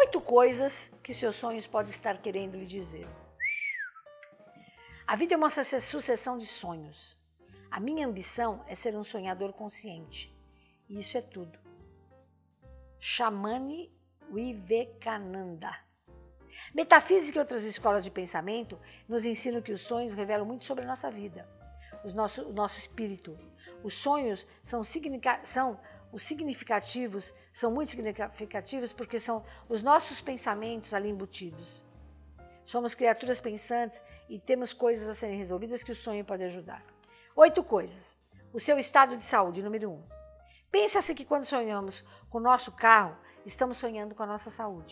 8 coisas que seus sonhos podem estar querendo lhe dizer. A vida é uma sucessão de sonhos. A minha ambição é ser um sonhador consciente. E isso é tudo. Swami Vivekananda. Metafísica e outras escolas de pensamento nos ensinam que os sonhos revelam muito sobre a nossa vida, o nosso espírito. Os sonhos são muito significativos porque são os nossos pensamentos ali embutidos. Somos criaturas pensantes e temos coisas a serem resolvidas que o sonho pode ajudar. 8 coisas. O seu estado de saúde, número 1. Pensa-se que quando sonhamos com o nosso carro, estamos sonhando com a nossa saúde.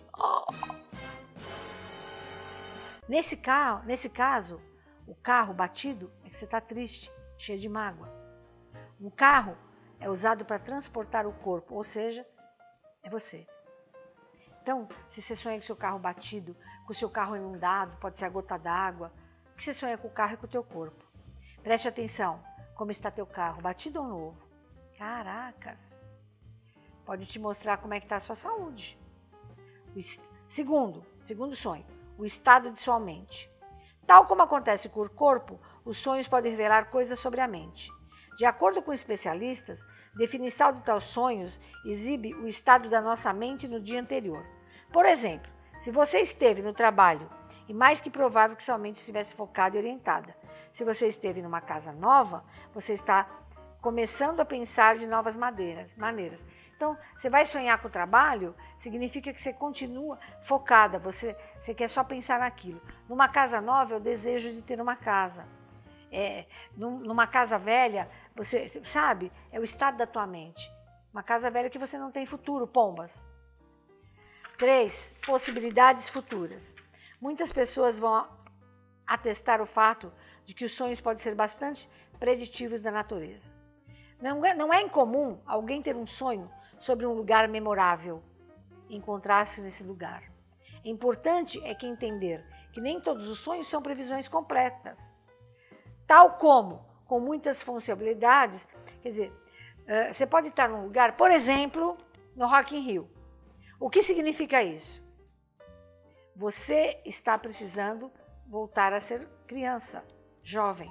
Nesse caso, o carro batido é que você está triste, cheio de mágoa. Um carro é usado para transportar o corpo, ou seja, é você. Então, se você sonha com o seu carro batido, com o seu carro inundado, pode ser a gota d'água, o que você sonha com o carro e com o teu corpo? Preste atenção, como está teu carro, batido ou novo? Caracas! Pode te mostrar como é que está a sua saúde. Segundo sonho, o estado de sua mente. Tal como acontece com o corpo, os sonhos podem revelar coisas sobre a mente. De acordo com especialistas, definição de tais sonhos exibe o estado da nossa mente no dia anterior. Por exemplo, se você esteve no trabalho, e mais que provável que sua mente estivesse focada e orientada. Se você esteve numa casa nova, você está começando a pensar de novas maneiras. Então, você vai sonhar com o trabalho, significa que você continua focada, você quer só pensar naquilo. Numa casa nova, é o desejo de ter uma casa. Numa casa velha, você sabe, é o estado da tua mente. Uma casa velha que você não tem futuro, pombas. 3. Possibilidades futuras. Muitas pessoas vão atestar o fato de que os sonhos podem ser bastante preditivos da natureza. Não é incomum alguém ter um sonho sobre um lugar memorável e encontrar-se nesse lugar. É importante entender que nem todos os sonhos são previsões completas. Tal como, com muitas funcionalidades, quer dizer, você pode estar num lugar, por exemplo, no Rock in Rio. O que significa isso? Você está precisando voltar a ser criança, jovem.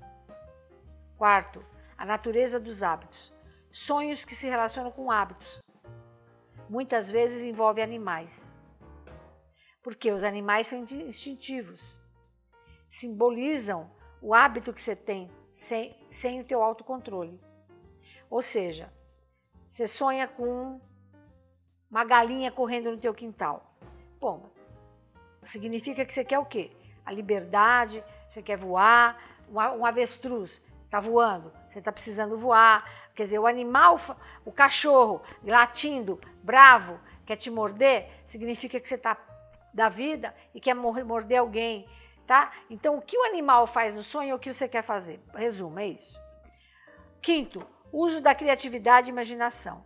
4. A natureza dos hábitos. Sonhos que se relacionam com hábitos. Muitas vezes envolvem animais. Porque os animais são instintivos. Simbolizam o hábito que você tem sem o teu autocontrole. Ou seja, você sonha com uma galinha correndo no teu quintal. Bom, significa que você quer o quê? A liberdade, você quer voar, um avestruz está voando, você está precisando voar. Quer dizer, o animal, o cachorro latindo, bravo, quer te morder, significa que você está da vida e quer morder alguém, tá? Então, o que o animal faz no sonho é o que você quer fazer. Resumo, é isso. 5. Uso da criatividade e imaginação.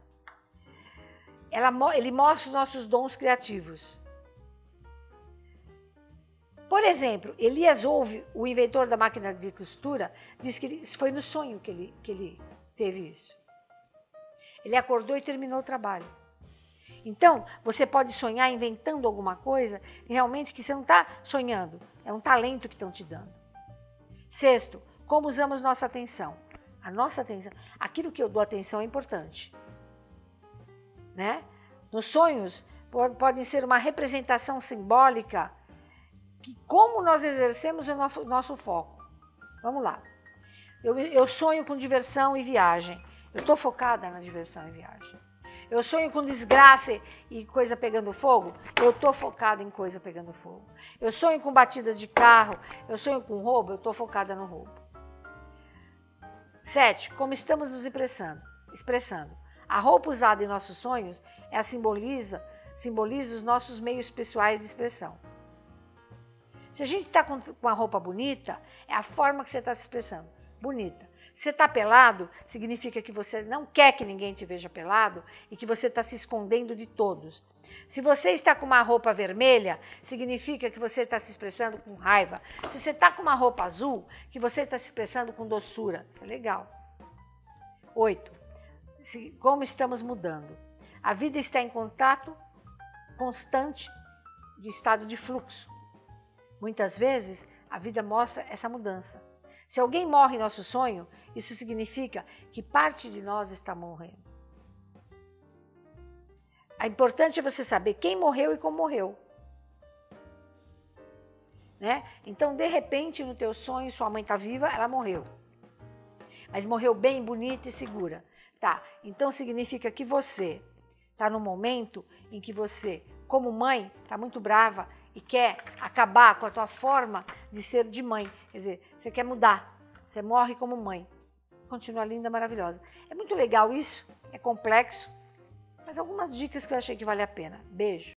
Ele mostra os nossos dons criativos. Por exemplo, Elias Hove, o inventor da máquina de costura, diz que foi no sonho que ele teve isso. Ele acordou e terminou o trabalho. Então, você pode sonhar inventando alguma coisa, realmente que você não está sonhando, é um talento que estão te dando. 6. Como usamos nossa atenção. A nossa atenção, aquilo que eu dou atenção é importante. Né? Nos sonhos, podem ser uma representação simbólica que como nós exercemos o nosso foco. Vamos lá. Eu sonho com diversão e viagem. Eu estou focada na diversão e viagem. Eu sonho com desgraça e coisa pegando fogo. Eu estou focada em coisa pegando fogo. Eu sonho com batidas de carro. Eu sonho com roubo. Eu estou focada no roubo. 7. Como estamos nos expressando. A roupa usada em nossos sonhos simboliza os nossos meios pessoais de expressão. Se a gente está com uma roupa bonita, é a forma que você está se expressando. Bonita. Se você está pelado, significa que você não quer que ninguém te veja pelado e que você está se escondendo de todos. Se você está com uma roupa vermelha, significa que você está se expressando com raiva. Se você está com uma roupa azul, que você está se expressando com doçura. Isso é legal. 8. Como estamos mudando. A vida está em contato constante de estado de fluxo. Muitas vezes, a vida mostra essa mudança. Se alguém morre em nosso sonho, isso significa que parte de nós está morrendo. É importante você saber quem morreu e como morreu. Né? Então, de repente, no teu sonho, sua mãe está viva, ela morreu. Mas morreu bem, bonita e segura. Tá, então significa que você está no momento em que você, como mãe, está muito brava e quer acabar com a tua forma de ser de mãe. Quer dizer, você quer mudar, você morre como mãe. Continua linda, maravilhosa. É muito legal isso, é complexo, mas algumas dicas que eu achei que vale a pena. Beijo.